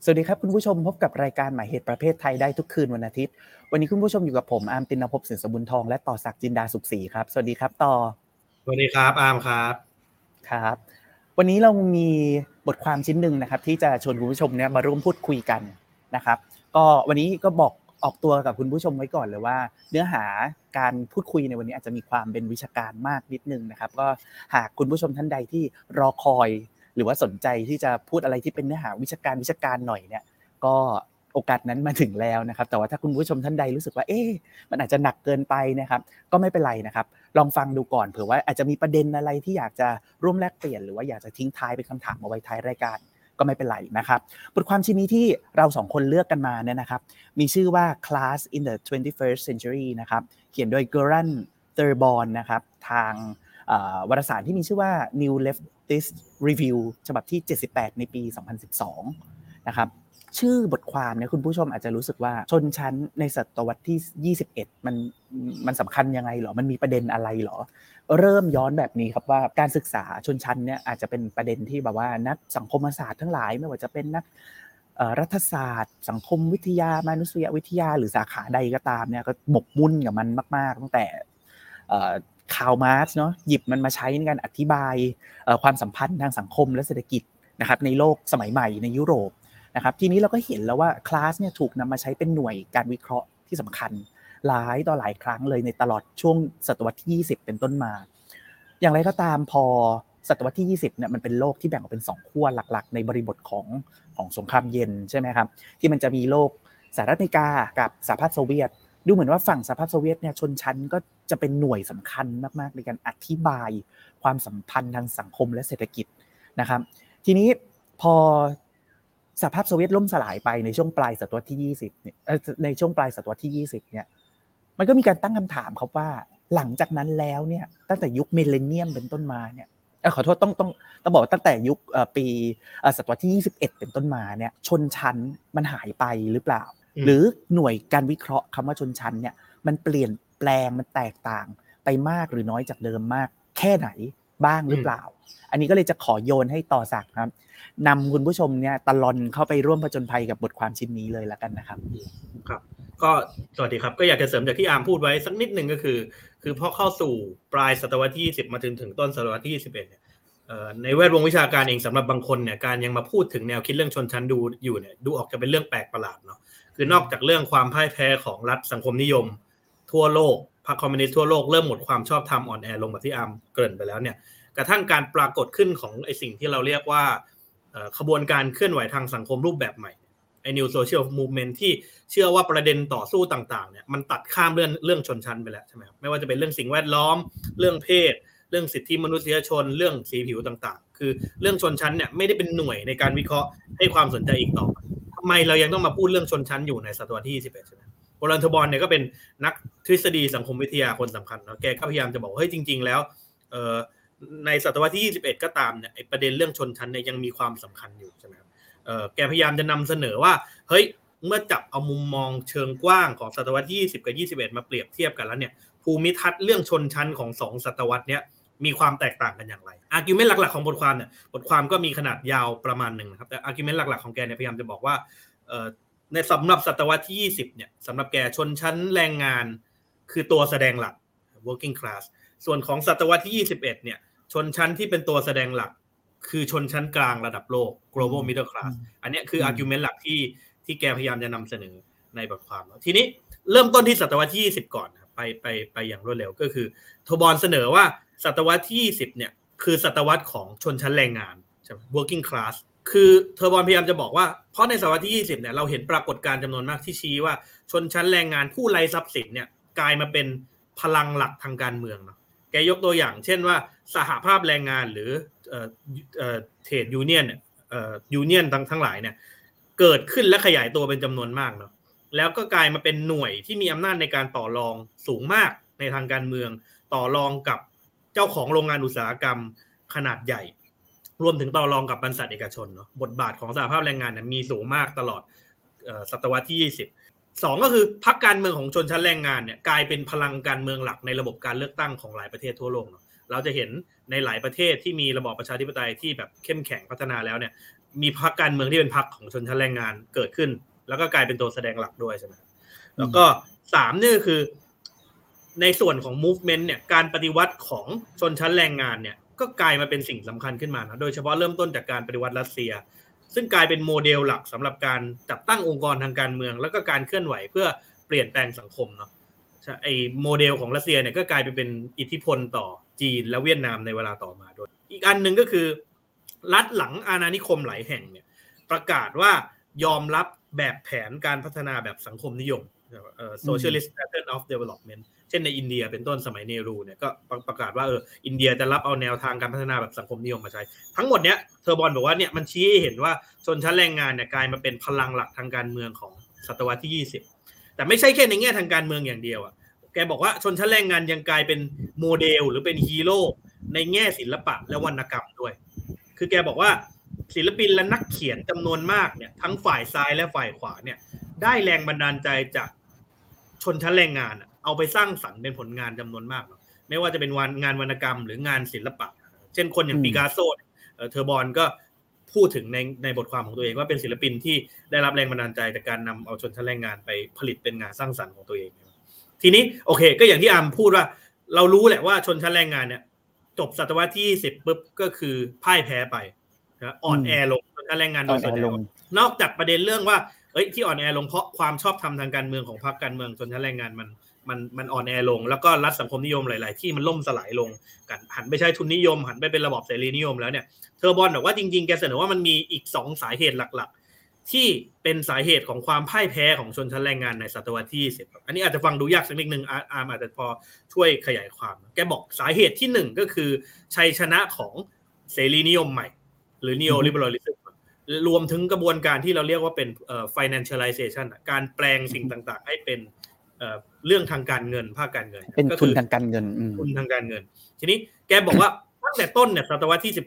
สวัสดีครับคุณผู้ชมพบกับรายการหมายเหตุประเภทไทยได้ทุกคืนวันอาทิตย์วันนี้คุณผู้ชมอยู่กับผมอาร์มตินภพสินสบุญทองและต่อศักดิ์จินดาสุขศรีครับสวัสดีครับต่อสวัสดีครับอาร์มครับครับวันนี้เรามีบทความชิ้นหนึ่งนะครับที่จะชวนคุณผู้ชมเนี่ยมาร่วมพูดคุยกันนะครับก็วันนี้ก็บอกออกตัวกับคุณผู้ชมไว้ก่อนเลยว่าเนื้อหาการพูดคุยในวันนี้อาจจะมีความเป็นวิชาการมากนิดนึงนะครับก็หากคุณผู้ชมท่านใดที่รอคอยหรือว่าสนใจที่จะพูดอะไรที่เป็นเนื้อหาวิชาการหน่อยเนี่ยก็โอกาสนั้นมาถึงแล้วนะครับแต่ว่าถ้าคุณผู้ชมท่านใดรู้สึกว่ามันอาจจะหนักเกินไปนะครับก็ไม่เป็นไรนะครับลองฟังดูก่อนเผื่อว่าอาจจะมีประเด็นอะไรที่อยากจะร่วมแลกเปลี่ยนหรือว่าอยากจะทิ้งท้ายเป็นคำถามเอาไว้ท้ายรายการก็ไม่เป็นไรนะครับบทความชิ้นนี้ที่เราสองคนเลือกกันมาเนี่ยนะครับมีชื่อว่า Class in the 21st Century นะครับเขียนโดย Göran Thorborn นะครับทางวารสารที่มีชื่อว่า New Leftist Review ฉบับที่78ในปี2012นะครับชื่อบทความเนี่ยคุณผู้ชมอาจจะรู้สึกว่าชนชั้นในศตวรรษที่21มันสำคัญยังไงหรอมันมีประเด็นอะไรหรอเริ่มย้อนแบบนี้ครับว่าการศึกษาชนชั้นเนี่ยอาจจะเป็นประเด็นที่แบบว่านักสังคมศาสตร์ทั้งหลายไม่ว่าจะเป็นนักรัฐศาสตร์สังคมวิทยามนุษยวิทยาหรือสาขาใดก็ตามเนี่ยก็หมกมุ่นกับมันมากๆตั้งแต่คาร์ล มาร์กซ์เนาะหยิบมันมาใช้ในการอธิบายความสัมพันธ์ทางสังคมและเศรษฐกิจนะครับในโลกสมัยใหม่ในยุโรปนะครับทีนี้เราก็เห็นแล้วว่าคลาสเนี่ยถูกนำมาใช้เป็นหน่วยการวิเคราะห์ที่สำคัญหลายต่อหลายครั้งเลยในตลอดช่วงศตวรรษที่20เป็นต้นมาอย่างไรก็ตามพอศตวรรษที่20เนี่ยมันเป็นโลกที่แบ่งออกเป็น2ขั้วหลักๆในบริบทของสงครามเย็นใช่ไหมครับที่มันจะมีโลกสหรัฐอเมริกากับสหภาพโซเวียตดูเหมือนว่าฝั่งสหภาพโซเวียตเนี่ยชนชั้นก็จะเป็นหน่วยสำคัญมากๆในการอธิบายความสัมพันธ์ทางสังคมและเศรษฐกิจนะครับทีนี้พอสหภาพโซเวียตล่มสลายไปในช่วงปลายศตวรรษที่20เนี่ยในช่วงปลายศตวรรษที่20เนี่ยมันก็มีการตั้งคำถามครับว่าหลังจากนั้นแล้วเนี่ยตั้งแต่ยุคมิลเลนเนียมเป็นต้นมาเนี่ยขอโทษต้องบอกว่าตั้งแต่ยุคปีศตวรรษที่21เป็นต้นมาเนี่ยชนชั้นมันหายไปหรือเปล่าหรือหน่วยการวิเคราะห์คำว่าชนชั้นเนี่ยมันเปลี่ยนแปลงมันแตกต่างไปมากหรือน้อยจากเดิมมากแค่ไหนบ้างหรือเปล่าอันนี้ก็เลยจะขอโยนให้ต่อศักดิ์ครับนำคุณผู้ชมเนี่ยตะลอนเข้าไปร่วมผจญภัยกับบทความชิ้นนี้เลยละกันนะครับครับก็สวัสดีครับก็อยากจะเสริมจากที่อาร์มพูดไว้สักนิดนึงก็คือพอเข้าสู่ปลายศตวรรษที่20มาถึงต้นศตวรรษที่21เนี่ยในแวดวงวิชาการเองสำหรับบางคนเนี่ยการยังมาพูดถึงแนวคิดเรื่องชนชั้นดูอยู่เนี่ยดูออกจะเป็นเรื่องแปลกประหลาดเนาะคือนอกจากเรื่องความพ่ายแพ้ของรัฐสังคมนิยมทั่วโลกพรรคคอมมิวนิสต์ทั่วโลกเริ่มหมดความชอบธรรมอ่อนแอลงแบบที่อาร์มเกริ่นไปแล้วเนี่ยกระทั่งการปรากฏขึ้นของไอ้สิ่งที่เราเรียกว่าขบวนการเคลื่อนไหวทางสังคมรูปแบบใหม่ไอ้ New Social Movement ที่เชื่อว่าประเด็นต่อสู้ต่างๆเนี่ยมันตัดข้ามเรื่องชนชั้นไปแล้วใช่ไหมครับไม่ว่าจะเป็นเรื่องสิ่งแวดล้อมเรื่องเพศเรื่องสิทธิมนุษยชนเรื่องสีผิวต่างๆคือเรื่องชนชั้นเนี่ยไม่ได้เป็นหน่วยในการวิเคราะห์ให้ความสนใจอีกต่อทำไมเรายังต้องมาพูดเรื่องชนชั้นอยู่ในศตวรรษที่21ใช่ไหมโอลันทบอลเนี่ยก็เป็นนักทฤษฎีสังคมวิทยาคนสำคัญนะแกก็พยายามจะบอกว่าเฮ้ยจริงๆแล้วในศตวรรษที่21ก็ตามเนี่ยไอ้ประเด็นเรื่องชนชั้นเนี่ยยังมีความสำคัญอยู่ใช่ไหมครับแกพยายามจะนำเสนอว่าเฮ้ยเมื่อจับเอามุมมองเชิงกว้างของศตวรรษที่20กับ21มาเปรียบเทียบกันแล้วเนี่ยภูมิทัศน์เรื่องชนชั้นของ2ศตวรรษเนี้ยมีความแตกต่างกันอย่างไรอาร์กิวเมนต์หลักๆของบทความเนี่ยบทความก็มีขนาดยาวประมาณนึงนะครับแต่อาร์กิวเมนต์หลักๆของแกเนี่ยพยายามจะบอกว่าในสำหรับศตวรรษที่20เนี่ยสำหรับแกชนชั้นแรงงานคือตัวแสดงหลัก working class ส่วนของศตวรรษที่21เนี่ยชนชั้นที่เป็นตัวแสดงหลักคือชนชั้นกลางระดับโลก global middle class อันนี้คือ argument หลักที่แกพยายามจะนำเสนอในบทความทีนี้เริ่มต้นที่ศตวรรษที่20ก่อนไปอย่างรวดเร็วก็คือโทบอนเสนอว่าศตวรรษที่20เนี่ยคือศตวรรษของชนชั้นแรงงานใช่ไหม working class คือโทบอนพยายามจะบอกว่าเพราะในศตวรรษที่20เนี่ยเราเห็นปรากฏการณ์จำนวนมากที่ชี้ว่าชนชั้นแรงงานผู้ไร้ทรัพย์สินเนี่ยกลายมาเป็นพลังหลักทางการเมืองเนาะแกยกตัวอย่างเช่นว่าสหภาพแรงงานหรือเทรดยูเนียนยูเนียนทั้งหลายเนี่ยเกิดขึ้นและขยายตัวเป็นจำนวนมากเนาะแล้วก็กลายมาเป็นหน่วยที่มีอำนาจในการต่อรองสูงมากในทางการเมืองต่อรองกับเจ้าของโรงงานอุตสาหกรรมขนาดใหญ่รวมถึงต่อรองกับบริษัทเอกชนเนาะบทบาทของสหภาพแรงงานเนี่ยมีสูงมากตลอดศตวรรษที่20สองก็คือพรรคการเมืองของชนชั้นแรงงานเนี่ยกลายเป็นพลังการเมืองหลักในระบบการเลือกตั้งของหลายประเทศทั่วโลกเนาะเราจะเห็นในหลายประเทศที่มีระบอบประชาธิปไตยที่แบบเข้มแข็งพัฒนาแล้วเนี่ยมีพรรคการเมืองที่เป็นพรรคของชนชั้นแรงงานเกิดขึ้นแล้วก็กลายเป็นตัวแสดงหลักด้วยใช่ไหมแล้วก็3นี่คือในส่วนของ movement เนี่ยการปฏิวัติของชนชั้นแรงงานเนี่ยก็กลายมาเป็นสิ่งสำคัญขึ้นมานะโดยเฉพาะเริ่มต้นจากการปฏิวัติรัสเซียซึ่งกลายเป็นโมเดลหลักสำหรับการจัดตั้งองค์กรทางการเมืองแล้วก็การเคลื่อนไหวเพื่อเปลี่ยนแปลงสังคมเนาะไอ้โมเดลของรัสเซียเนี่ยก็กลายไปเป็นอิทธิพลต่อจีนและเวียดนามในเวลาต่อมาด้วยอีกอันนึงก็คือรัฐหลังอาณานิคมหลายแห่งเนี่ยประกาศว่ายอมรับแบบแผนการพัฒนาแบบสังคมนิยมsocialist pattern of development เช่นในอินเดียเป็นต้นสมัยเนรูเนี่ยก็ประกาศว่าอินเดียจะรับเอาแนวทางการพัฒนาแบบสังคมนิยมมาใช้ทั้งหมดเนี้ยเทอร์บอนบอกว่าเนี่ยมันชี้ให้เห็นว่าชนชั้นแรงงานเนี่ยกลายมาเป็นพลังหลักทางการเมืองของศตวรรษที่20แต่ไม่ใช่แค่ในแง่ทางการเมืองอย่างเดียวอ่ะแกบอกว่าชนชั้นแรงงานยังกลายเป็นโมเดลหรือเป็นฮีโร่ในแง่ศิลปะและวรรณกรรมด้วยคือแกบอกว่าศิลปินและนักเขียนจำนวนมากเนี่ยทั้งฝ่ายซ้ายและฝ่ายขวาเนี่ยได้แรงบันดาลใจจากชนชั้นแรงงานเอาไปสร้างสรรค์เป็นผลงานจำนวนมากไม่ว่าจะเป็นงานวรรณกรรมหรืองานศิลปะเช่นคนอย่างปิกัสโซเทอร์บอนก็พูดถึงในบทความของตัวเองว่าเป็นศิลปินที่ได้รับแรงบันดาลใจจากการนำเอาชนชั้นแรงงานไปผลิตเป็นงานสร้างสรรค์ของตัวเองทีนี้โอเคก็อย่างที่อาร์มพูดว่าเรารู้แหละว่าชนชั้นแรงงานเนี่ยจบศตวรรษที่20ปุ๊บก็คือพ่ายแพ้ไปอ่อนแอลงชนชั้นแรงงานโดยส่วนใหญ่นอกจากประเด็นเรื่องว่าที่อ่อนแอลงเพราะความชอบธรรมทางการเมืองของพรรคการเมืองชนชั้นแรงงานมันอ่อนแอลงแล้วก็รัฐสังคมนิยมหลายๆที่มันล่มสลายลงกันหันไปใช้ทุนนิยมหันไปเป็นระบอบเสรีนิยมแล้วเนี่ยเทอร์บอนบอกว่าจริงๆแกเสนอว่ามันมีอีก2สาเหตุหลักๆที่เป็นสาเหตุของความพ่ายแพ้ของชนชั้นแรงงานในศตวรรษที่20อันนี้อาจจะฟังดูยากสักนิดนึงอาร์มอาจจะพอช่วยขยายความแกบอกสาเหตุที่1ก็คือชัยชนะของเสรีนิยมใหม่หรือ neo liberalismรวมถึงกระบวนการที่เราเรียกว่าเป็นfinancialization การแปลงสิ่งต่างๆให้เป็นเรื่องทางการเงินภาคการเงินเป็นทุนทางการเงินทุนทางการเงินทีนี้แกบอกว่าตั้งแต่ต้นเนี่ยศตวรรษที่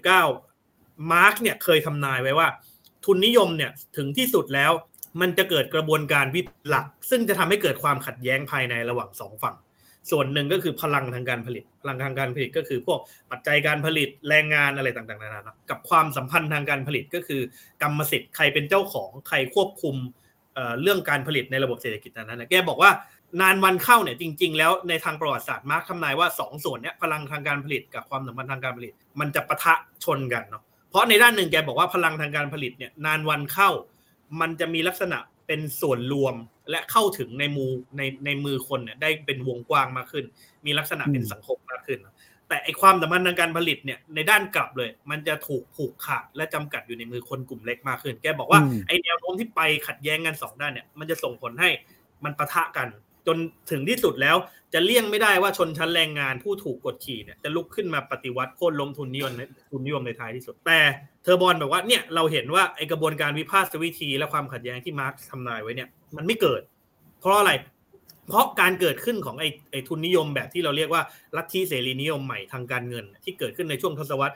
19มาร์กเนี่ยเคยทำนายไว้ว่าทุนนิยมเนี่ยถึงที่สุดแล้วมันจะเกิดกระบวนการวิหลักซึ่งจะทำให้เกิดความขัดแย้งภายในระหว่าง2ฝั่งส่วนหนึ่งก็คือพลังทางการผลิตพลังทางการผลิตก็คือพวกปัจจัยการผลิตแรงงานอะไรต่างๆนานากับความสัมพันธ์ทางการผลิตก็คือกรรมสิทธิ์ใครเป็นเจ้าของใครควบคุมเรื่องการผลิตในระบบเศรษฐกิจนั้นนะแกบอกว่านานวันเข้าเนี่ยจริงๆแล้วในทางประวัติศาสตร์มาร์กทำนายว่า2ส่วนเนี้ยพลังทางการผลิตกับความสัมพันธ์ทางการผลิตมันจะปะทะชนกันเนาะเพราะในด้านหนึ่งแกบอกว่าพลังทางการผลิตเนี่ยนานวันเข้ามันจะมีลักษณะเป็นส่วนรวมและเข้าถึงในมือคนเนี่ยได้เป็นวงกว้างมากขึ้นมีลักษณะเป็นสังคมมากขึ้นแต่ไอความสัมพันธ์ทางการผลิตเนี่ยในด้านกลับเลยมันจะถูกผูกขาดและจำกัดอยู่ในมือคนกลุ่มเล็กมากขึ้นแกบอกว่าไอแนวโน้มที่ไปขัดแย้งกัน2ด้านเนี่ยมันจะส่งผลให้มันปะทะกันจนถึงที่สุดแล้วจะเลี่ยงไม่ได้ว่าชนชั้นแรงงานผู้ถูกกดขี่เนี่ยจะลุกขึ้นมาปฏิวัติโค่นล้มทุนนิยมในท้ายที่สุดแต่เทอร์บอนบอกว่าเนี่ยเราเห็นว่าไอกระบวนการวิพากษวิธีและความขัดแย้งที่มาร์กทำนายไว้เนี่ยมันไม่เกิดเพราะอะไรเพราะการเกิดขึ้นของไอทุนนิยมแบบที่เราเรียกว่าลัทธิเสรีนิยมใหม่ทางการเงินที่เกิดขึ้นในช่วงทศวรรษ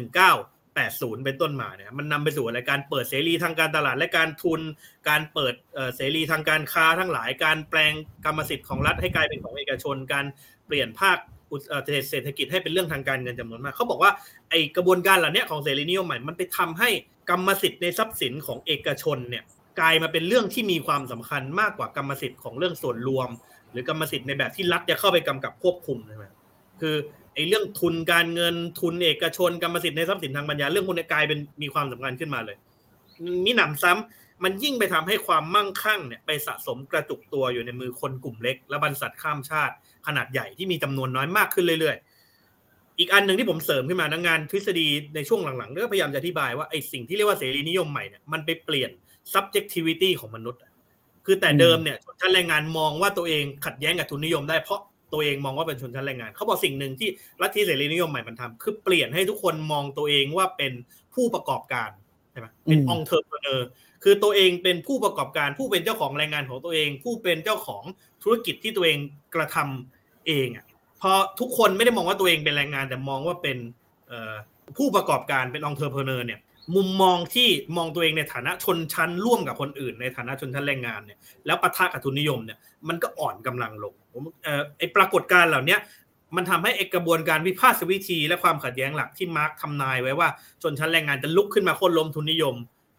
1980เป็นต้นมาเนี่ยมันนำไปสู่อะไรการเปิดเสรีทางการตลาดและการทุนการเปิดเสรีทางการค้าทั้งหลายการแปลงกรรมสิทธิ์ของรัฐให้กลายเป็นของเอกชนการเปลี่ยนภาคเศรษฐกิจให้เป็นเรื่องทางการเงินจำนวนมากเขาบอกว่าไอกระบวนการเหล่านี้ของเสรีนิยมใหม่มันไปทำให้กรรมสิทธิ์ในทรัพย์สินของเอกชนเนี่ยกลายมาเป็นเรื่องที่มีความสำคัญมากกว่ากรรมสิทธิ์ของเรื่องส่วนรวมหรือกรรมสิทธิ์ในแบบที่รัฐจะเข้าไปกำกับควบคุมใช่ไหมคือไอ้เรื่องทุนการเงินทุนเอกชนกรรมสิทธิ์ในทรัพย์สินทางปัญญาเรื่องพวกนี้กลายเป็นมีความสำคัญขึ้นมาเลยมีหนำซ้ำมันยิ่งไปทำให้ความมั่งคั่งเนี่ยไปสะสมกระจุกตัวอยู่ในมือคนกลุ่มเล็กและบรรษัทข้ามชาติขนาดใหญ่ที่มีจำนวนน้อยมากขึ้นเรื่อยๆอีกอันนึงที่ผมเสริมขึ้นมาในงานทฤษฎีในช่วงหลังๆก็พยายามจะอธิบายว่าไอ้สิ่งที่เรียกว่าเสรีนิยมใหม่เนี่ยมันไปเปลี่ยน subjectivity ของมนุษย์คือแต่เดิมเนี่ยชนชั้นแรงงานมองว่าตัวเองขัดแย้งกับทุนนิยมได้เพราะตัวเองมองว่าเป็นชนชั้นแรงงานเขาบอกสิ่งหนึ่งที่ลัทธิเสรีนิยมใหม่มันทำคือเปลี่ยนให้ทุกคนมองตัวเองว่าเป็นผู้ประกอบการใช่ไหมเป็นentrepreneurคือตัวเองเป็นผู้ประกอบการผู้เป็นเจ้าของแรงงานของตัวเองผู้เป็นเจ้าของธุรกิจที่ตัวเองกระทำเองอ่ะพอทุกคนไม่ได้มองว่าตัวเองเป็นแรงงานแต่มองว่าเป็นผู้ประกอบการเป็นentrepreneurเนี่ยมุมมองที่มองตัวเองในฐานะชนชั้นร่วมกับคนอื่นในฐานะชนชั้นแรงงานเนี่ยแล้วปะทะกับทุนนิยมเนี่ยมันก็อ่อนกำลังลงไอ้ปรากฏการณ์เหล่านี้มันทำให้ไอ้กระบวนการวิพากษวิธีและความขัดแย้งหลักที่มาร์กทำนายไว้ว่าชนชั้นแรงงานจะลุกขึ้นมาโค่นล้มทุนนิยม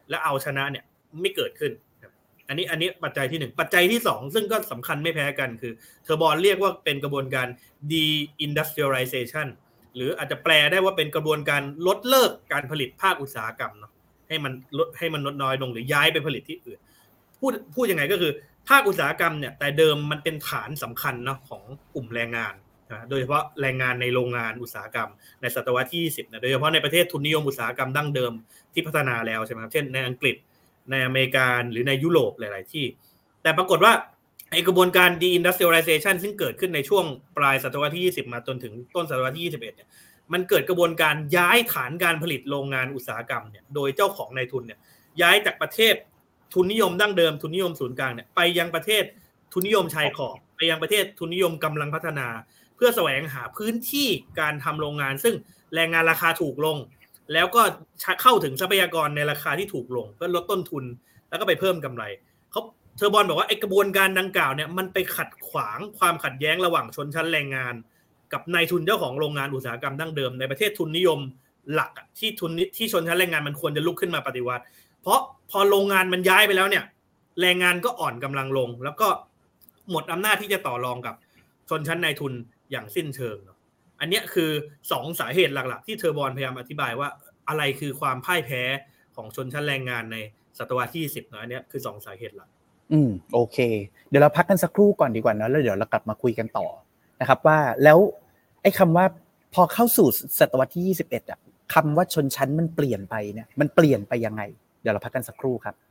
และเอาชนะเนี่ยไม่เกิดขึ้นอันนี้ปัจจัยที่1ปัจจัยที่2ซึ่งก็สำคัญไม่แพ้กันคือเทอร์บอนเรียกว่าเป็นกระบวนการ deindustrialization หรืออาจจะแปลได้ว่าเป็นกระบวนการลดเลิกการผลิตภาคอุตสาหกรรมเนาะให้มันลดน้อยลงหรือย้ายไปผลิตที่อื่นพูดยังไงก็คือภาคอุตสาหกรรมเนี่ยแต่เดิมมันเป็นฐานสำคัญเนาะของกลุ่มแรงงานโดยเฉพาะแรงงานในโรงงานอุตสาหกรรมในศตวรรษที่20นะโดยเฉพาะในประเทศทุนนิยมอุตสาหกรรมดั้งเดิมที่พัฒนาแล้วใช่ไหมครับเช่นในอังกฤษในอเมริกาหรือในยุโรปหลายๆที่แต่ปรากฏว่าไอกระบวนการ deindustrialization ซึ่งเกิดขึ้นในช่วงปลายศตวรรษที่20มาจนถึงต้นศตวรรษที่21เนี่ยมันเกิดกระบวนการย้ายฐานการผลิตโรงงานอุตสาหกรรมเนี่ยโดยเจ้าของนายทุนเนี่ยย้ายจากประเทศทุนนิยมดั้งเดิมทุนนิยมศูนย์กลางเนี่ยไปยังประเทศทุนนิยมชายขอบไปยังประเทศทุนนิยมกำลังพัฒนาเพื่อแสวงหาพื้นที่การทำโรงงานซึ่งแรงงานราคาถูกลงแล้วก็เข้าถึงทรัพยากรในราคาที่ถูกลงเพื่อลดต้นทุนแล้วก็ไปเพิ่มกำไรเทอร์บอนบอกว่าไอกระบวนการดังกล่าวเนี่ยมันไปขัดขวางความขัดแย้งระหว่างชนชั้นแรงงานกับนายทุนเจ้าของโรงงานอุตสาหกรรมดั้งเดิมในประเทศทุนนิยมหลักที่ชนชั้นแรงงานมันควรจะลุกขึ้นมาปฏิวัติเพราะพอโรงงานมันย้ายไปแล้วเนี่ยแรงงานก็อ่อนกำลังลงแล้วก็หมดอำนาจที่จะต่อรองกับชนชั้นนายทุนอย่างสิ้นเชิงอันนี้คือ2สาเหตุหลักๆที่เทอร์บอนพยายามอธิบายว่าอะไรคือความพ่ายแพ้ของชนชั้นแรงงานในศตวรรษที่20อันนี้คือ2สาเหตุหลักโอเคเดี๋ยวเราพักกันสักครู่ก่อนดีกว่านะแล้วเดี๋ยวเรากลับมาคุยกันต่อนะครับว่าแล้วไอ้คำว่าพอเข้าสู่ศตวรรษที่21อ่ะคำว่าชนชั้นมันเปลี่ยนไปเนี่ยมันเปลี่ยนไปยังไงเดี๋ยวเราพักกันสักครู่ครับ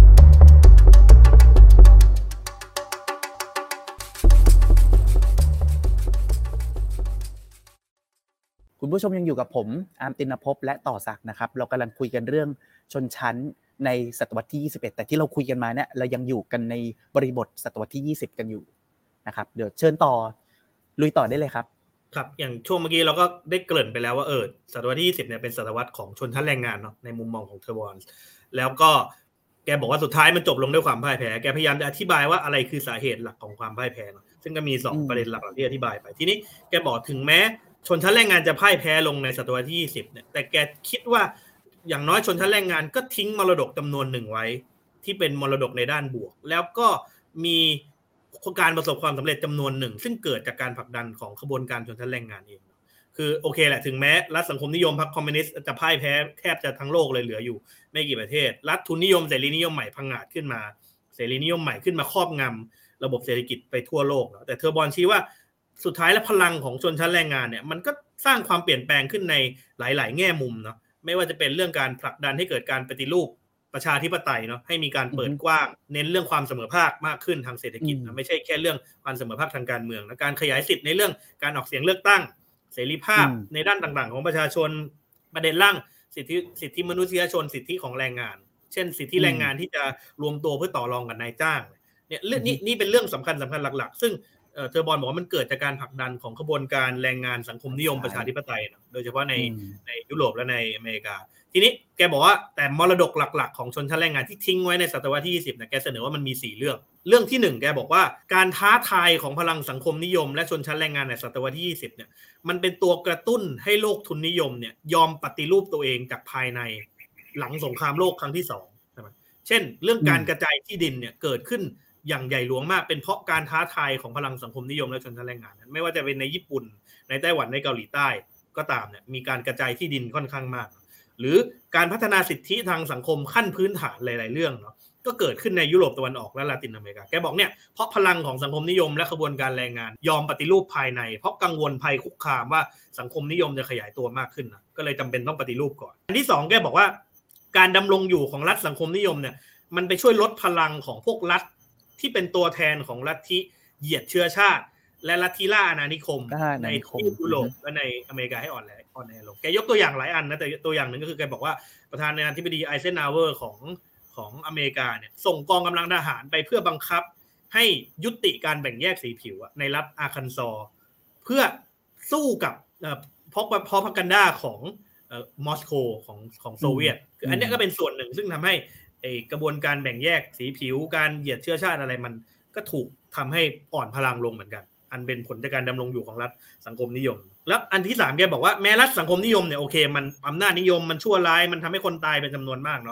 คุณผู้ชมยังอยู่กับผมอาร์มตินภพและต่อศักดิ์นะครับเรากำลังคุยกันเรื่องชนชั้นในศตวรรษที่21แต่ที่เราคุยกันมาเนี่ยเรายังอยู่กันในบริบทศตวรรษที่20กันอยู่นะครับเดี๋ยวเชิญต่อลุยต่อได้เลยครับครับอย่างช่วงเมื่อกี้เราก็ได้เกริ่นไปแล้วว่าศตวรรษที่20เนี่ยเป็นศตวรรษของชนชั้นแรงงานเนาะในมุมมองของเทอร์บอนแล้วก็แกบอกว่าสุดท้ายมันจบลงด้วยความพ่ายแพ้แกพยายามจะอธิบายว่าอะไรคือสาเหตุหลักของความพ่ายแพ้เนาะซึ่งก็มี2ประเด็นหลักที่อธิบายไปทีนี้แกบอกถึงแม้ชนชั้นแรงงานจะพ่ายแพ้ลงในศตวรรษที่20เนี่ยแต่แกคิดว่าอย่างน้อยชนชั้นแรงงานก็ทิ้งมรดกจำนวนหนึ่งไว้ที่เป็นมรดกในด้านบวกแล้วก็มีการประสบความสำเร็จจำนวนหนึ่งซึ่งเกิดจากการผลักดันของขบวนการชนชั้นแรงงานเองคือโอเคแหละถึงแม้รัฐสังคมนิยมพรรคคอมมิวนิสต์จะพ่ายแพ้แทบจะทั้งโลกเลยเหลืออยู่ไม่กี่ประเทศรัฐทุนนิยมเสรีนิยมใหม่พังงาดขึ้นมาเสรีนิยมใหม่ขึ้นมาครอบงำระบบเศรษฐกิจไปทั่วโลกแต่เทอร์บอนชี้ว่าสุดท้ายแล้วพลังของชนชั้นแรงงานเนี่ยมันก็สร้างความเปลี่ยนแปลงขึ้นในหลายๆแง่มุมเนาะไม่ว่าจะเป็นเรื่องการผลักดันให้เกิดการปฏิรูปประชาธิปไตยเนาะให้มีการเปิดกว้างเน้นเรื่องความเสมอภาคมากขึ้นทางเศรษฐกิจนะไม่ใช่แค่เรื่องความเสมอภาคทางการเมืองนะการขยายสิทธิ์ในเรื่องการออกเสียงเลือกตั้งเสรีภาพในด้านต่างๆของประชาชนประเด็นร่างสิทธิมนุษยชนสิทธิของแรงงานเช่นสิทธิแรงงานที่จะรวมตัวเพื่อต่อรองกับนายจ้างเนี่ยนี่เป็นเรื่องสำคัญหลักๆซึ่งเทอร์บอนบอกว่ามันเกิดจากการผลักดันของขบวนการแรงงานสังคมนิยมประชาธิปไตยนะโดยเฉพาะในยุโรปและในอเมริกาทีนี้แกบอกว่าแต่มรดกหลักๆของชนชั้นแรงงานที่ทิ้งไว้ในศตวรรษที่20เนี่ยแกเสนอว่ามันมี4เรื่องที่1แกบอกว่าการท้าทายของพลังสังคมนิยมและชนชั้นแรงงานในศตวรรษที่20เนี่ยมันเป็นตัวกระตุ้นให้โลกทุนนิยมเนี่ยยอมปฏิรูปตัวเองจากภายในหลังสงครามโลกครั้งที่2ใช่มั้ยเช่นเรื่องการกระจายที่ดินเนี่ยเกิดขึ้นอย่างใหญ่หลวงมากเป็นเพราะการท้าทายของพลังสังคมนิยมและชนชั้นแรงงานไม่ว่าจะเป็นในญี่ปุ่นในไต้หวันในเกาหลีใต้ก็ตามเนี่ยมีการกระจายที่ดินค่อนข้างมากหรือการพัฒนาสิทธิทางสังคมขั้นพื้นฐานหลายๆเรื่องเนาะก็เกิดขึ้นในยุโรปตะวันออกและลาตินอเมริกาแกบอกเนี่ยเพราะพลังของสังคมนิยมและขบวนการแรงงานยอมปฏิรูปภายในเพราะกังวลภัยคุกคามว่าสังคมนิยมจะขยายตัวมากขึ้นนะก็เลยจำเป็นต้องปฏิรูปก่อนอันที่2แกบอกว่าการดำรงอยู่ของรัฐสังคมนิยมเนี่ยมันไปช่วยลดพลังของพวกรัฐที่เป็นตัวแทนของลัทธิเหยียดเชื้อชาติและลัทธิล่าอาณานิคมในยุโรปและในอเมริกาให้อ่อนแอลงแกยกตัวอย่างหลายอันนะแต่ตัวอย่างหนึ่งก็คือแกบอกว่าประธานาธิบดีไอเซนฮาวเวอร์ของอเมริกาเนี่ยส่งกองกำลังทหารไปเพื่อบังคับให้ยุติการแบ่งแยกสีผิวในรัฐอาร์คันซอสเพื่อสู้กับพอพักันดาของมอสโกของโซเวียตคืออันนี้ก็เป็นส่วนหนึ่งซึ่งทำให้กระบวนการแบ่งแยกสีผิวการเหยียดเชื้อชาติอะไรมันก็ถูกทำให้อ่อนพลังลงเหมือนกันอันเป็นผลจากการดำรงอยู่ของรัฐสังคมนิยมแล้วอันที่3แกบอกว่าแม้รัฐสังคมนิยมเนี่ยโอเคมันอำนาจนิยมมันชั่วร้ายมันทำให้คนตายเป็นจำนวนมากเนาะ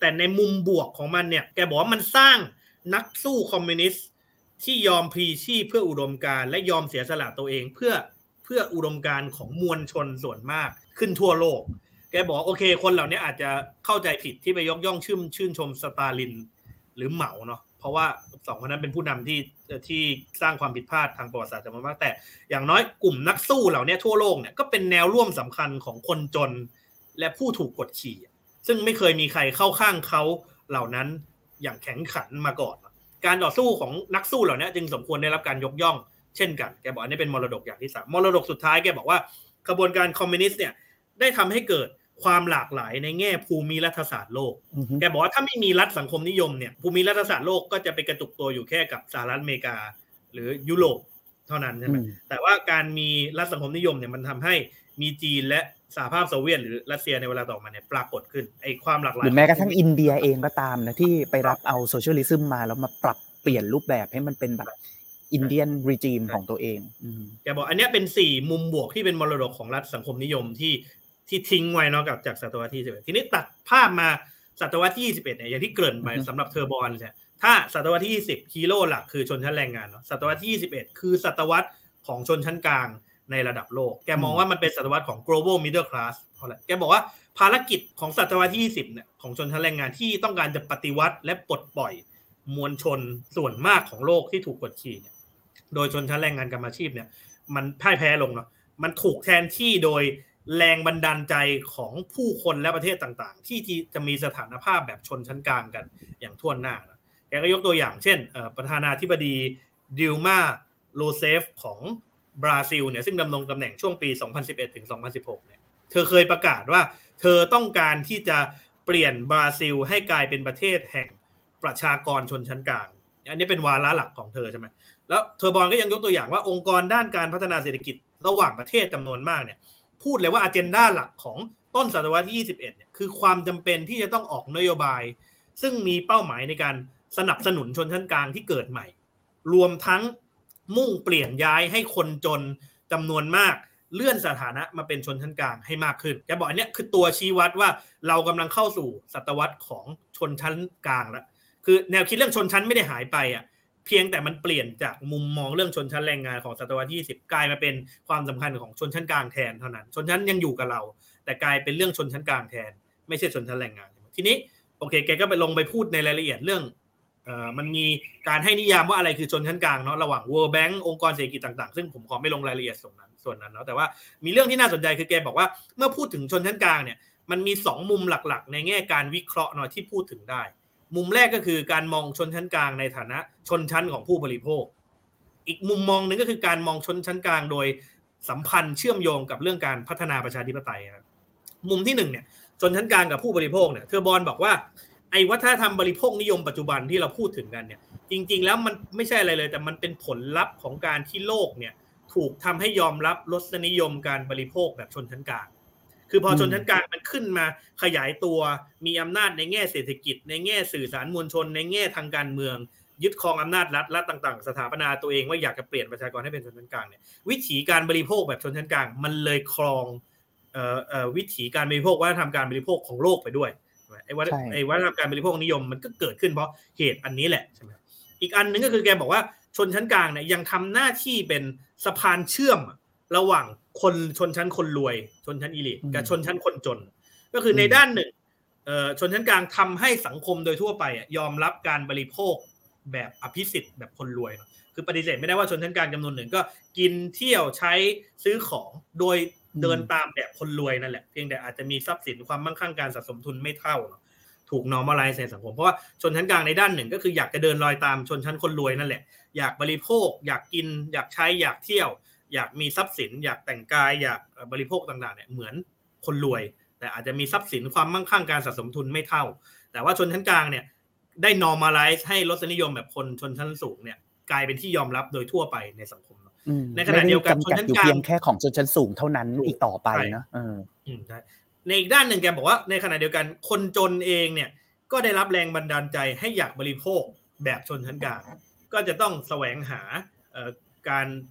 แต่ในมุมบวกของมันเนี่ยแกบอกว่ามันสร้างนักสู้คอมมิวนิสต์ที่ยอมพลีชีพเพื่ออุดมการณ์และยอมเสียสละตัวเองเพื่ออุดมการณ์ของมวลชนส่วนมากขึ้นทั่วโลกแกบอกโอเคคนเหล่านี้อาจจะเข้าใจผิดที่ไปยกย่องชื่นชมสตาลินหรือเหมาเนาะเพราะว่าสองคนนั้นเป็นผู้นำที่สร้างความผิดพลาดทางประวัติศาสตร์จำนวนมากแต่อย่างน้อยกลุ่มนักสู้เหล่านี้ทั่วโลกเนี่ยก็เป็นแนวร่วมสำคัญของคนจนและผู้ถูกกดขี่ซึ่งไม่เคยมีใครเข้าข้างเขาเหล่านั้นอย่างแข็งขันมาก่อนการต่อสู้ของนักสู้เหล่านี้จึงสมควรได้รับการยกย่องเช่นกันแกบอกอันนี้เป็นมรดกอย่างที่3มรดกสุดท้ายแกบอกว่าขบวนการคอมมิวนิสต์เนี่ยได้ทำให้เกิดความหลากหลายในแง่ภูมิรัฐศาสตร์โลกแกบอกว่าถ้าไม่มีรัฐสังคมนิยมเนี่ยภูมิรัฐศาสตร์โลกก็จะไปกระจุกตัวอยู่แค่กับสหรัฐอเมริกาหรือยุโรปเท่านั้นใช่ไหมแต่ว่าการมีรัฐสังคมนิยมเนี่ยมันทำให้มีจีนและสหภาพโซเวียตหรือรัสเซียในเวลาต่อมาเนี่ยปรากฏขึ้นไอ้ความหลากหลายหรือแม้กระทั่งอินเดียเองก็ตามนะที่ไปรับเอาโซเชียลิซึมมาแล้วมาปรับเปลี่ยนรูปแบบให้มันเป็นแบบอินเดียนรีจิมของตัวเองแกบอกอันนี้เป็น4มุมบวกที่เป็นมรดกของรัฐสังคมนิยมที่ทิ้งไว้เนาะกับจากศตวรรษที่21ทีนี้ตัดภาพมาศตวรรษที่21เนี่ยอย่างที่เกริ่นไปสำหรับเทอร์บอนเนี่ยถ้าศตวรรษที่20ฮีโร่หลักคือชนชั้นแรงงานเนาะศตวรรษที่21คือศตวรรษของชนชั้นกลางในระดับโลกแกมองว่ามันเป็นศตวรรษของ global middle class เพราะอะไรแกบอกว่าภารกิจของศตวรรษที่20เนี่ยของชนชั้นแรงงานที่ต้องการจะปฏิวัติและปลดปล่อยมวลชนส่วนมากของโลกที่ถูกกดขี่เนี่ยโดยชนชั้นแรงงานกรรมอาชีพเนี่ยมันพ่ายแพ้ลงเนาะมันถูกแทนที่โดยแรงบันดาลใจของผู้คนและประเทศต่างๆที่จะมีสถานภาพแบบชนชั้นกลางกันอย่างทั่วหน้านะแกก็ยกตัวอย่างเช่นประธานาธิบดีดิลมาโรเซฟของบราซิลเนี่ยซึ่งดำรงตำแหน่งช่วงปี 2011 ถึง 2016 เนี่ยเธอเคยประกาศว่าเธอต้องการที่จะเปลี่ยนบราซิลให้กลายเป็นประเทศแห่งประชากรชนชั้นกลางอันนี้เป็นวาระหลักของเธอใช่ไหมแล้วเทอร์บอนก็ยังยกตัวอย่างว่าองค์กรด้านการพัฒนาเศรษฐกิจระหว่างประเทศจำนวนมากเนี่ยพูดเลยว่าอเจนดาหลักของต้นศตวรรษที่21เนี่ยคือความจำเป็นที่จะต้องออกนโยบายซึ่งมีเป้าหมายในการสนับสนุนชนชั้นกลางที่เกิดใหม่รวมทั้งมุ่งเปลี่ยนย้ายให้คนจนจำนวนมากเลื่อนสถานะมาเป็นชนชั้นกลางให้มากขึ้นแกบอกอันนี้คือตัวชี้วัดว่าเรากำลังเข้าสู่ศตวรรษของชนชั้นกลางแล้วคือแนวคิดเรื่องชนชั้นไม่ได้หายไปอ่ะเพียงแต่มันเปลี่ยนจากมุมมองเรื่องชนชั้นแรงงานของศตวรรษที่20กลายมาเป็นความสำคัญของชนชั้นกลางแทนเท่านั้นชนชั้นยังอยู่กับเราแต่กลายเป็นเรื่องชนชั้นกลางแทนไม่ใช่ชนชั้นแรงงานทีนี้โอเคแกก็ไปลงไปพูดในรายละเอียดเรื่องมันมีการให้นิยามว่าอะไรคือชนชั้นกลางเนาะระหว่าง World Bank องค์กรเศรษฐกิจต่างๆซึ่งผมขอไม่ลงรายละเอียดส่วนนั้นเนาะแต่ว่ามีเรื่องที่น่าสนใจคือแกบอกว่าเมื่อพูดถึงชนชั้นกลางเนี่ยมันมี2มุมหลักๆในแง่การวิเคราะห์เนาะที่พูดถึงได้มุมแรกก็คือการมองชนชั้นกลางในฐานะชนชั้นของผู้บริโภคอีกมุมมองนึงก็คือการมองชนชั้นกลางโดยสัมพันธ์เชื่อมโยงกับเรื่องการพัฒนาประชาธิปไตยครับมุมที่1เนี่ยชนชั้นกลางกับผู้บริโภคเนี่ยเทอร์บอนบอกว่าไอ้วัฒนธรรมบริโภคนิยมปัจจุบันที่เราพูดถึงกันเนี่ยจริงๆแล้วมันไม่ใช่อะไรเลยแต่มันเป็นผลลัพธ์ของการที่โลกเนี่ยถูกทำให้ยอมรับรสนิยมการบริโภคแบบชนชั้นกลางคือพอชนชั้นกลางมันขึ้นมาขยายตัวมีอำนาจในแง่เศรษฐกิจในแง่สื่อสารมวลชนในแง่ทางการเมืองยึดครองอำนาจรัฐต่างๆสถาปนาตัวเองว่าอยากจะเปลี่ยนประชากรให้เป็นชนชั้นกลางเนี่ยวิถีการบริโภคแบบชนชั้นกลางมันเลยครองวิถีการบริโภควัฒนธรรมการบริโภคของโลกไปด้วยไอ้วัฒนธรรมการบริโภคนิยมมันก็เกิดขึ้นเพราะเหตุอันนี้แหละใช่ไหมอีกอันนึงก็คือแกบอกว่าชนชั้นกลางเนี่ยยังทำหน้าที่เป็นสะพานเชื่อมระหว่างคนชนชั้นคนรวยชนชั้นอีลิทกับชนชั้นคนจนก็คือในด้านหนึ่งชนชั้นกลางทำให้สังคมโดยทั่วไปยอมรับการบริโภคแบบอภิสิทธิ์แบบคนรวยคือปฏิเสธไม่ได้ว่าชนชั้นกลางจำนวนหนึ่งก็กินเที่ยวใช้ซื้อของโดยเดินตามแบบคนรวยนั่นแหละเพียงแต่อาจจะมีทรัพย์สินความมั่งคั่งการสะสมทุนไม่เท่าถูก normalize ในสังคมเพราะว่าชนชั้นกลางในด้านหนึ่งก็คืออยากจะเดินรอยตามชนชั้นคนรวยนั่นแหละอยากบริโภคอยากกินอยากใช้อยากเที่ยวอยากมีทรัพย์สินอยากแต่งกายอยากบริโภคต่างๆเนี่ยเหมือนคนรวยแต่อาจจะมีทรัพย์สินความมั่งคั่งการสะสมทุนไม่เท่าแต่ว่าชนชั้นกลางเนี่ยได้ normalize ให้รสนิยมแบบคนชนชั้นสูงเนี่ยกลายเป็นที่ยอมรับโดยทั่วไปในสังคมในขณะเดียวกันชนชั้นกลางเพียงแค่ของชนชั้นสูงเท่านั้นอีกต่อไปนะใช่ในอีกด้านหนึ่งแกบอกว่าในขณะเดียวกันคนจนเองเนี่ยก็ได้รับแรงบันดาลใจให้อยากบริโภคแบบชนชั้นกลางก็จะต้องแสวงหาการ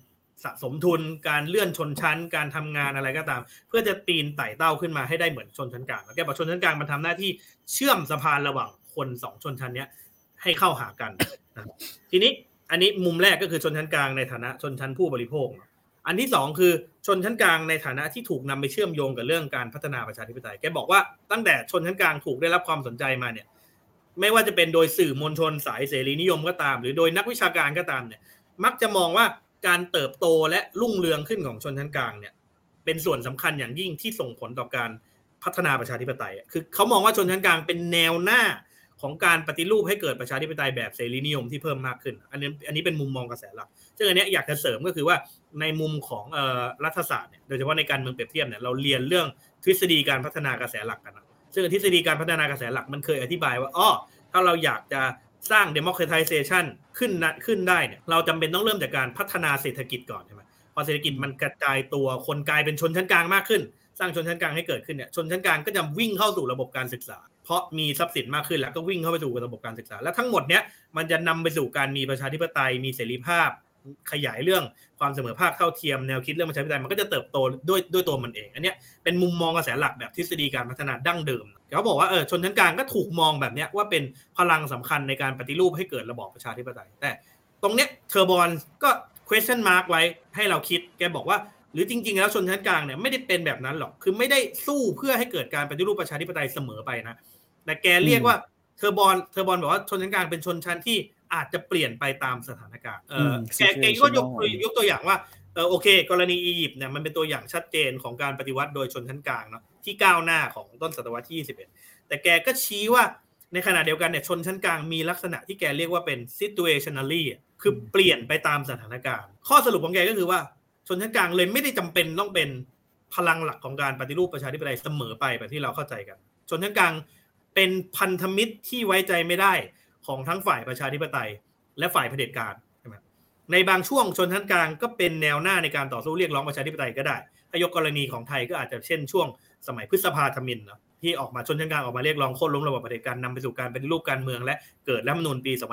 สะสมทุนการเลื่อนชนชั้นการทำงานอะไรก็ตามเพื่อจะปีนไต่เต้าขึ้นมาให้ได้เหมือนชนชั้นกลางแกบอกชนชั้นกลางมันทำหน้าที่เชื่อมสะพานระหว่างคน2ชนชั้นนี้ให้เข้าหากันนะทีนี้อันนี้มุมแรกก็คือชนชั้นกลางในฐานะชนชั้นผู้บริโภคอันที่2คือชนชั้นกลางในฐานะที่ถูกนำไปเชื่อมโยงกับเรื่องการพัฒนาประชาธิปไตยแกบอกว่าตั้งแต่ชนชั้นกลางถูกได้รับความสนใจมาเนี่ยไม่ว่าจะเป็นโดยสื่อมวลชนสายเสรีนิยมก็ตามหรือโดยนักวิชาการก็ตามเนี่ยมักจะมองว่าการเติบโตและรุ่งเรืองขึ้นของชนชั้นกลางเนี่ยเป็นส่วนสำคัญอย่างยิ่งที่ส่งผลต่อการพัฒนาประชาธิปไตยคือเขามองว่าชนชั้นกลางเป็นแนวหน้าของการปฏิรูปให้เกิดประชาธิปไตยแบบเสรีนิยมที่เพิ่มมากขึ้นอันนี้เป็นมุมมองกระแสหลักซึ่งอันนี้อยากจะเสริมก็คือว่าในมุมของรัฐศาสตร์เนี่ยโดยเฉพาะในการเมืองเปรียบเทียบเนี่ยเราเรียนเรื่องทฤษฎีการพัฒนากระแสหลักกันซึ่งทฤษฎีการพัฒนากระแสหลักมันเคยอธิบายว่าถ้าเราอยากจะสร้าง democratization ขึ้นได้เนี่ยเราจำเป็นต้องเริ่มจากการพัฒนาเศรษฐกิจก่อนใช่ไหมพอเศรษฐกิจมันกระจายตัวคนกลายเป็นชนชั้นกลางมากขึ้นสร้างชนชั้นกลางให้เกิดขึ้นเนี่ยชนชั้นกลางก็จะวิ่งเข้าสู่ระบบการศึกษาเพราะมีทรัพย์สินมากขึ้นแล้วก็วิ่งเข้าไปสู่ระบบการศึกษาและทั้งหมดเนี้ยมันจะนำไปสู่การมีประชาธิปไตยมีเสรีภาพขยายเรื่องความเสมอภาคเท่าเทียมแนวคิดเรื่องประชาธิปไตยมันก็จะเติบโตด้วยตัวมันเองอันนี้เป็นมุมมองกระแสหลักแบบทฤษฎีการพัฒนาดั้งเดิมเขาบอกว่าชนชั้นกลางก็ถูกมองแบบนี้ว่าเป็นพลังสำคัญในการปฏิรูปให้เกิดระบอบประชาธิปไตยแต่ตรงเนี้ยเทอร์บอนก็ question mark ไว้ให้เราคิดแกบอกว่าหรือจริงๆแล้วชนชั้นกลางเนี่ยไม่ได้เป็นแบบนั้นหรอกคือไม่ได้สู้เพื่อให้เกิดการปฏิรูปประชาธิปไตยเสมอไปนะแต่แกเรียกว่าเทอร์บอนบอกว่าชนชั้นกลางเป็นชนชั้นที่อาจจะเปลี่ยนไปตามสถานการณ์แกก็ยกตัวอย่างว่าโอเคกรณีอียิปต์เนี่ยมันเป็นตัวอย่างชัดเจนของการปฏิวัติโดยชนชั้นกลางเนาะที่ก้าวหน้าของต้นศตวรรษที่21แต่แกก็ชี้ว่าในขณะเดียวกันเนี่ยชนชั้นกลางมีลักษณะที่แกเรียกว่าเป็น situationally คือเปลี่ยนไปตามสถานการณ์ข้อสรุปของแกก็คือว่าชนชั้นกลางเลยไม่ได้จำเป็นต้องเป็นพลังหลักของการปฏิรูปประชาธิปไตยเสมอไปแบบที่เราเข้าใจกันชนชั้นกลางเป็นพันธมิตรที่ไว้ใจไม่ได้ของทั้งฝ่ายประชาธิปไตยและฝ่ายเผด็จการใช่ไหมในบางช่วงชนชั้นกลางก็เป็นแนวหน้าในการต่อสู้เรียกร้องประชาธิปไตยก็ได้ถ้ายกกรณีของไทยก็อาจจะเช่นช่วงสมัยพฤษภาธมิฬนะที่ออกมาชนชั้นกลางออกมาเรียกร้องโค่นล้มระบอบเผด็จการนำไปสู่การปฏิรูปการเมืองและเกิดรัฐธรรมนูญปี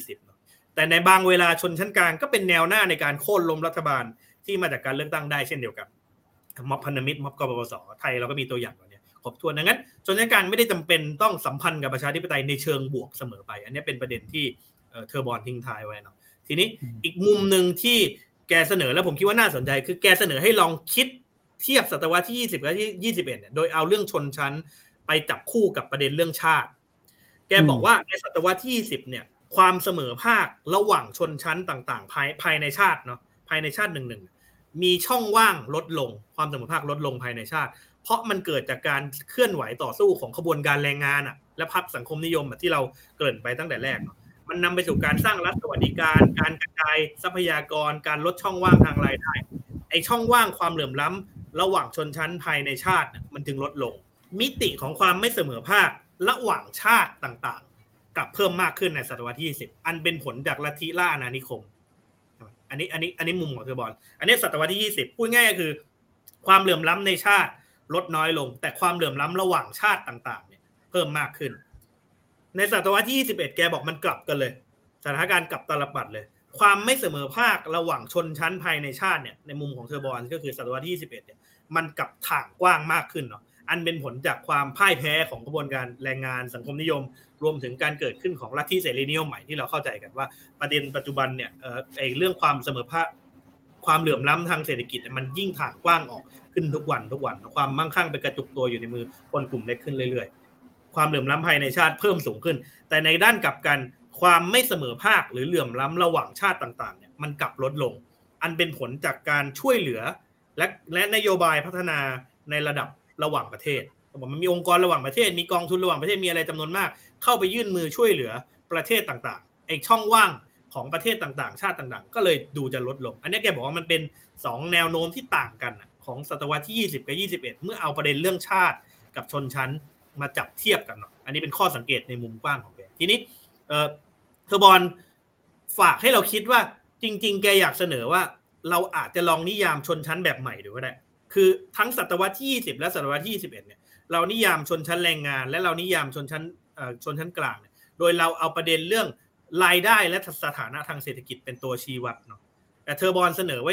2540แต่ในบางเวลาชนชั้นกลางก็เป็นแนวหน้าในการโค่นล้มรัฐบาลที่มาจากการเลือกตั้งได้เช่นเดียวกันม็อบพันธมิตรม็อบกบปส.ไทยเราก็มีตัวอย่างแบบนี้ครบถ้วนดังนั้นชนชั้นกลางไม่ได้จำเป็นต้องสัมพันธ์กับประชาธิปไตยในเชิงบวกเสมอไปอันนี้เป็นประเด็นที่เทอร์บอนทิ้งท้ายไว้เนาะทีนี้อีกมุมนึงที่แกเสนอแล้วผมคิดว่าน่าสนใจคือแกเสนอให้ลองคิดเทียบศตวรรษที่20กับที่21เนี่ยโดยเอาเรื่องชนชั้นไปจับคู่กับประเด็นเรื่องชาติแกบอกว่าในศตวรรษที่20เนี่ยความเสมอภาคระหว่างชนชั้นต่างๆภายในชาติเนาะภายในชาติหนึ่งมีช่องว่างลดลงความเสมอภาคลดลงภายในชาติเพราะมันเกิดจากการเคลื่อนไหวต่อสู้ของขบวนการแรงงานและพรรคสังคมนิยมที่เราเกริ่นไปตั้งแต่แรกมันนำไปสู่การสร้างรัฐสวัสดิการการกระจายทรัพยากรการลดช่องว่างทางรายได้ไอ้ช่องว่างความเหลื่อมล้ำระหว่างชนชั้นภายในชาติมันจึงลดลงมิติของความไม่เสมอภาคระหว่างชาติต่างๆกลับเพิ่มมากขึ้นในศตวรรษที่20อันเป็นผลจากลัทธิล่าอาณานิคมอันนี้มุมของเทอร์บอนอันนี้ศตวรรษที่20พูดง่ายก็คือความเหลื่อมล้ำในชาติลดน้อยลงแต่ความเหลื่อมล้ำระหว่างชาติต่างๆเนี่ยเพิ่มมากขึ้นในศตวรรษที่21แกบอกมันกลับกันเลยสถานการณ์กลับตลปัดเลยความไม่เสมอภาคระหว่างชนชั้นภายในชาติเนี่ยในมุมของเทอร์บอนก็คือศตวรรษที่21เนี่ยมันกลับถ่างกว้างมากขึ้นเนาะอันเป็นผลจากความพ่ายแพ้ของกระบวนการแรงงานสังคมนิยมรวมถึงการเกิดขึ้นของลัทธิเสรีนิยมใหม่ที่เราเข้าใจกันว่าประเด็นปัจจุบันเนี่ยเรื่องความเสมอภาคความเหลื่อมล้ำทางเศรษฐกิจมันยิ่งถ่างกว้างออกขึ้นทุกวันความมั่งคั่งไปกระจุกตัวอยู่ในมือคนกลุ่มเล็กขึ้นเรื่อยๆความเหลื่อมล้ำภายในชาติเพิ่มสูงขึ้นแต่ในด้านกลับกันความไม่เสมอภาคหรือเหลื่อมล้ำระหว่างชาติต่างๆเนี่ยมันกลับลดลงอันเป็นผลจากการช่วยเหลือและนโยบายพัฒนาในระดับระหว่างประเทศมันมีองค์กรระหว่างประเทศมีกองทุนระหว่างประเทศมีอะไรจำนวนมากเข้าไปยื่นมือช่วยเหลือประเทศต่างๆไอ้ช่องว่างของประเทศต่างๆชาติต่างๆก็เลยดูจะลดลงอันนี้แกบอกว่ามันเป็น2แนวโน้มที่ต่างกันของศตวรรษที่20กับ21เมื่อเอาประเด็นเรื่องชาติกับชนชั้นมาจับเทียบกันอันนี้เป็นข้อสังเกตในมุมกว้างของแกทีนี้เทอร์บอนฝากให้เราคิดว่าจริงๆแกอยากเสนอว่าเราอาจจะลองนิยามชนชั้นแบบใหม่ดูก็ได้คือทั้งศตวรรษที่20และศตวรรษที่21เนี่ยเรานิยามชนชั้นแรงงานและเรานิยามชนชั้นกลางเนี่ยโดยเราเอาประเด็นเรื่องรายได้และสถานะทางเศรษฐกิจเป็นตัวชี้วัดเนาะแต่เทอร์บอนเสนอไว้ใน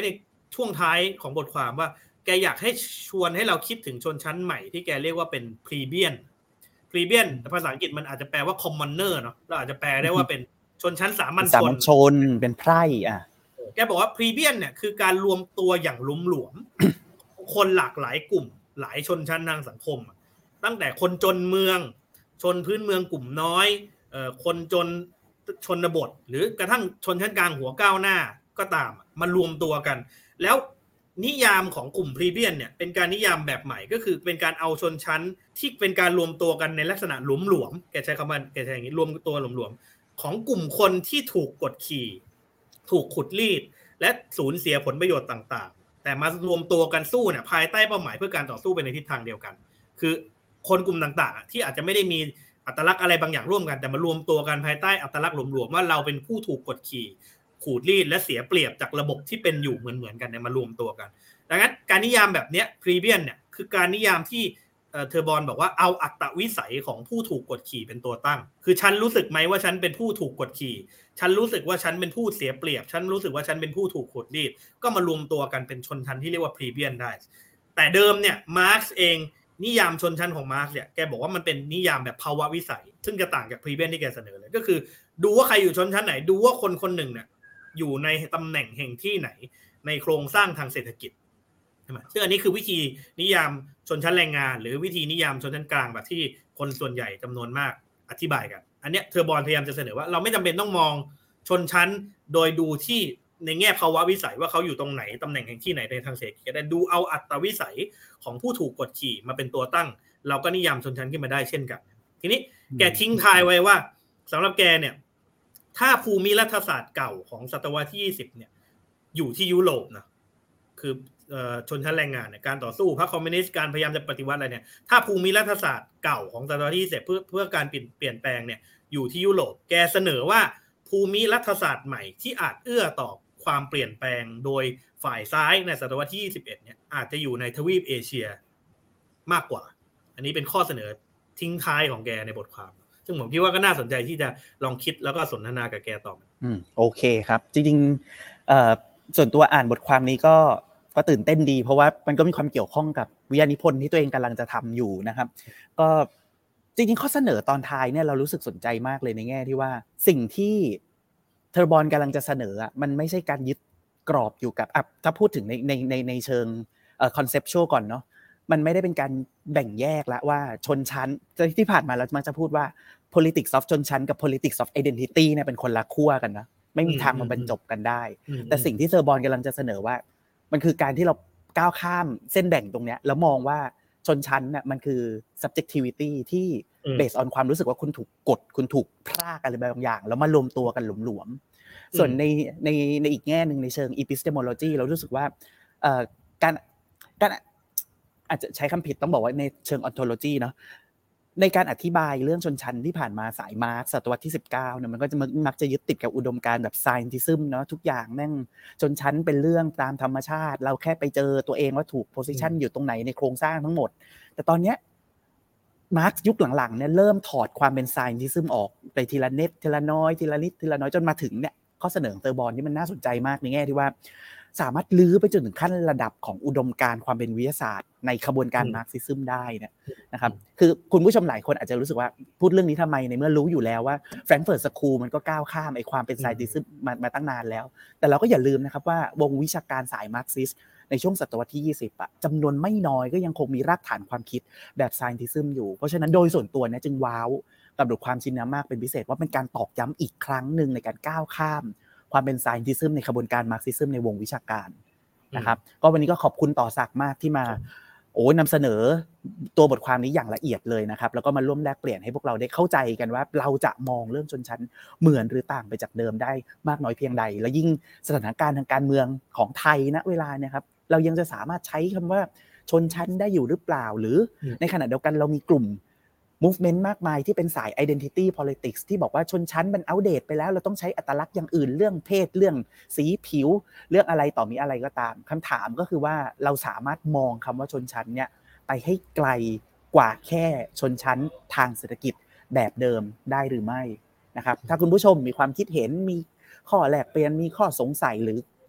ช่วงท้ายของบทความว่าแกอยากให้ชวนให้เราคิดถึงชนชั้นใหม่ที่แกเรียกว่าเป็นพรีเบียนภาษาอังกฤษมันอาจจะแปลว่าคอมมอนเนอร์เนาะเราอาจจะแปลได้ว่าเป็นชนชั้นสามัญชนเป็นไพร่แกบอกว่าพรีเบียนเนี่ยคือการรวมตัวอย่างหลวมๆคนหลากหลายกลุ่มหลายชนชั้นทางสังคมตั้งแต่คนจนเมืองชนพื้นเมืองกลุ่มน้อยคนจนชนบทหรือกระทั่งชนชั้นกลางหัวก้าวหน้าก็ตามมารวมตัวกันแล้วนิยามของกลุ่มพรีเบียนเนี่ยเป็นการนิยามแบบใหม่ก็คือเป็นการเอาชนชั้นที่เป็นการรวมตัวกันในลักษณะหลวมๆแกใช้คำว่าแกใช้อย่างนี้รวมตัวหลวมๆของกลุ่มคนที่ถูกกดขี่ถูกขุดรีดและสูญเสียผลประโยชน์ต่างๆแต่มารวมตัวกันสู้เนี่ยภายใต้เป้าหมายเพื่อการต่อสู้ไปในทิศทางเดียวกันคือคนกลุ่มต่างๆที่อาจจะไม่ได้มีอัตลักษณ์อะไรบางอย่างร่วมกันแต่มารวมตัวกันภายใต้อัตลักษณ์หลวมๆว่าเราเป็นผู้ถูกกดขี่ขูดรีดและเสียเปรียบจากระบบที่เป็นอยู่เหมือนๆกันเนี่ยมารวมตัวกันดังนั้นการนิยามแบบนี้พรีเบียนเนี่ยคือการนิยามที่เทอร์บอนบอกว่าเอาอัตวิสัยของผู้ถูกกดขี่เป็นตัวตั้งคือฉันรู้สึกไหมว่าฉันเป็นผู้ถูกกดขี่ฉันรู้สึกว่าฉันเป็นผู้เสียเปรียบฉันรู้สึกว่าฉันเป็นผู้ถูกขูดรีดก็มารวมตัวกันเป็นชนชั้นที่เรียกว่าพรีเบียนได้แต่เดิมเนี่ยมาร์กซ์เองนิยามชนชั้นของมาร์กซ์เนี่ยแกบอกว่ามันเป็นนิยามแบบภาวะวิสัยซึ่งจะต่างจากพรีเบียนที่แกเสนอเลยก็คือดูว่าใครอยู่ชนชั้นไหนดูว่าคนคนหนึ่งเนี่ยอยู่ในตำแหน่งแห่งที่ไหนในโครงสร้างทางเศรษฐกิจซึ่งอันนี้คือวิธีนิยามชนชั้นแรงงานหรือวิธีนิยามชนชั้นกลางแบบที่คนส่วนใหญ่จำนวนมากอธิบายกันอันนี้เทอร์บอนพยายามจะเสนอว่าเราไม่จำเป็นต้องมองชนชั้นโดยดูที่ในแง่ภาวะวิสัยว่าเขาอยู่ตรงไหนตำแหน่งแห่งที่ไหนในทางเศรษฐกิจแต่ดูเอาอัตวิสัยของผู้ถูกกดขี่มาเป็นตัวตั้งเราก็นิยามชนชั้นขึ้นมาได้เช่นกันทีนี้แกทิ้งทายไว้ว่าสำหรับแกเนี่ยถ้าภูมิรัฐศาสตร์เก่าของศตวรรษที่20เนี่ยอยู่ที่ยุโรปนะคือชนชั้นแรงงานเนี่ยการต่อสู้พรรคคอมมิวนิสต์การพยายามจะปฏิวัติอะไรเนี่ยถ้าภูมิรัฐศาสตร์เก่าของศตวรรษที่20เพื่อการเปลี่ยนแปลงเนี่ยอยู่ที่ยุโรปแกเสนอว่าภูมิรัฐศาสตร์ใหม่ที่อาจเอื้อต่อความเปลี่ยนแปลงโดยฝ่ายซ้ายในศตวรรษที่21เนี่ยอาจจะอยู่ในทวีปเอเชียมากกว่าอันนี้เป็นข้อเสนอทิ้งท้ายของแกในบทความซึ่งผมคิดว่าก็น่าสนใจที่จะลองคิดแล้วก็สนทนากับแกต่อโอเคครับจริงๆส่วนตัวอ่านบทความนี้ก็ตื่นเต้นดีเพราะว่ามันก็มีความเกี่ยวข้องกับวิทยานิพนธ์ที่ตัวเองกำลังจะทำอยู่นะครับก็จริงๆข้อเสนอตอนท้ายเนี่ยเรารู้สึกสนใจมากเลยในแง่ที่ว่าสิ่งที่เทอร์บอนกำลังจะเสนอมันไม่ใช่การยึดกรอบอยู่กับถ้าพูดถึงในเชิงคอนเซปชวลก่อนเนาะมันไม่ได้เป็นการแบ่งแยกละว่าชนชั้นที่ผ่านมาเรามักจะพูดว่า politics of ชนชั้นกับ politics of identity เนี่ยเป็นคนละขั้วกันนะไม่มีทางมาบรรจบกันได้แต่สิ่งที่เทอร์บอนกำลังจะเสนอว่ามันคือการที่เราก้าวข้ามเส้นแบ่งตรงเนี้ยแล้วมองว่าชนชั้นน่ะมันคือ subjectivity ที่ based on ความรู้สึกว่าคุณถูกกดคุณถูกพรากอะไรบางอย่างแล้วมารวมตัวกันหลวมๆส่วนในอีกแง่นึงในเชิง epistemology เรารู้สึกว่าการอาจจะใช้คำผิดต้องบอกว่าในเชิง ontology เนาะในการอธิบายเรื่องชนชั้นที่ผ่านมาสายมาร์กซ์ศตวรรษที่19เนี่ยมันก็จะมักจะยึดติดกับอุดมการณ์แบบ scientism เนาะทุกอย่างแม่งชนชั้นเป็นเรื่องตามธรรมชาติเราแค่ไปเจอตัวเองว่าถูก position อยู่ตรงไหนในโครงสร้างทั้งหมดแต่ตอนเนี้ยมาร์กซ์ยุคหลังๆเนี่ยเริ่มถอดความเป็น scientism ออกไปทีละนิดทีละน้อยทีละนิดทีละน้อยจนมาถึงเนี่ยข้อเสนอเตอร์บอนที่มันน่าสนใจมากในแง่ที่ว่าสามารถลื้อไปจนถึงขั้นระดับของอุดมการณ์ความเป็นวิทยาศาสตร์ในขบวนการมาร์กซิซึมได้นะครับคือคุณผู้ชมหลายคนอาจจะรู้สึกว่าพูดเรื่องนี้ทำไมในเมื่อรู้อยู่แล้วว่าแฟรงก์เฟิร์ตสคูลมันก็ก้าวข้ามไอ้ความเป็นไซน์ติซึมมาตั้งนานแล้วแต่เราก็อย่าลืมนะครับว่าวงวิชาการสายมาร์กซิสในช่วงศตวรรษที่20จำนวนไม่น้อยก็ยังคงมีรากฐานความคิดแบบไซน์ติซึมอยู่เพราะฉะนั้นโดยส่วนตัวเนี่ยจึงว้าวกับบทความชิ้นนี้มากเป็นพิเศษว่าเป็นการตอกย้ำอีกครั้งนึงในการก้าวข้ามความเป็นไซน์ติซึมในขบวนการมาร์กซิซึมในวงวิชาการนะครับก็วันนี้ก็ขอบคุณต่อศักดิ์มากที่มานำเสนอตัวบทความนี้อย่างละเอียดเลยนะครับแล้วก็มาร่วมแลกเปลี่ยนให้พวกเราได้เข้าใจกันว่าเราจะมองเรื่องชนชั้นเหมือนหรือต่างไปจากเดิมได้มากน้อยเพียงใดและยิ่งสถานการณ์ทางการเมืองของไทยณเวลาเนี่ยครับเรายังจะสามารถใช้คำว่าชนชั้นได้อยู่หรือเปล่าหรือในขณะเดียวกันเรามีกลุ่มmovement มากมายที่เป็นสาย identity politics ที่บอกว่าชนชั้นมันอัปเดตไปแล้วเราต้องใช้อัตลักษณ์อย่างอื่นเรื่องเพศเรื่องสีผิวเรื่องอะไรต่อมีอะไรก็ตามคำถามก็คือว่าเราสามารถมองคำว่าชนชั้นเนี่ยไปให้ไกลกว่าแค่ชนชั้นทางเศรษฐกิจแบบเดิมได้หรือไม่นะครับถ้าคุณผู้ชมมีความคิดเห็นมีข้อแลกเปลี่ยนมีข้อสงสัยหรือ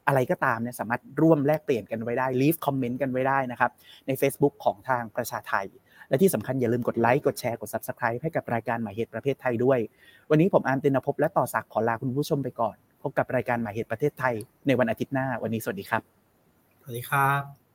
อะไรก็ตามเนี่ยสามารถร่วมแลกเปลี่ยนกันไว้ได้ leave comment กันไว้ได้นะครับใน Facebook ของทางประชาไทยและที่สำคัญอย่าลืมกดไลค์กดแชร์กด Subscribe ให้กับรายการหมายเหตุประเภทไทยด้วยวันนี้ผมอาร์มตินภพและต่อศักดิ์ขอลาคุณผู้ชมไปก่อนพบกับรายการหมายเหตุประเทศไทยในวันอาทิตย์หน้าวันนี้สวัสดีครับสวัสดีครับ